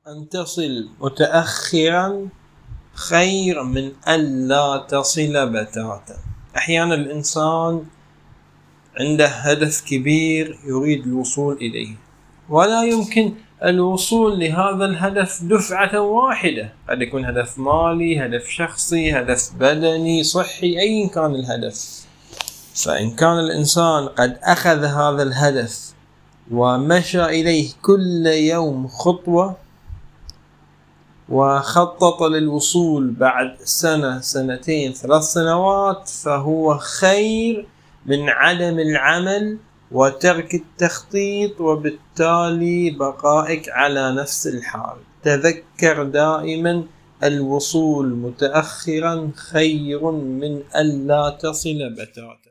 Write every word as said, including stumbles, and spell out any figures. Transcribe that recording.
أن تصل متأخرا خير من ألا تصل بتاتا. أحيانا الإنسان عنده هدف كبير يريد الوصول إليه، ولا يمكن الوصول لهذا الهدف دفعة واحدة، قد يكون هدف مالي، هدف شخصي، هدف بدني، صحي، أي كان الهدف. فإن كان الإنسان قد أخذ هذا الهدف ومشى إليه كل يوم خطوة وخطط للوصول بعد سنة، سنتين، ثلاث سنوات، فهو خير من عدم العمل وترك التخطيط وبالتالي بقائك على نفس الحال. تذكر دائما الوصول متأخرا خير من ألا تصل بتاتا.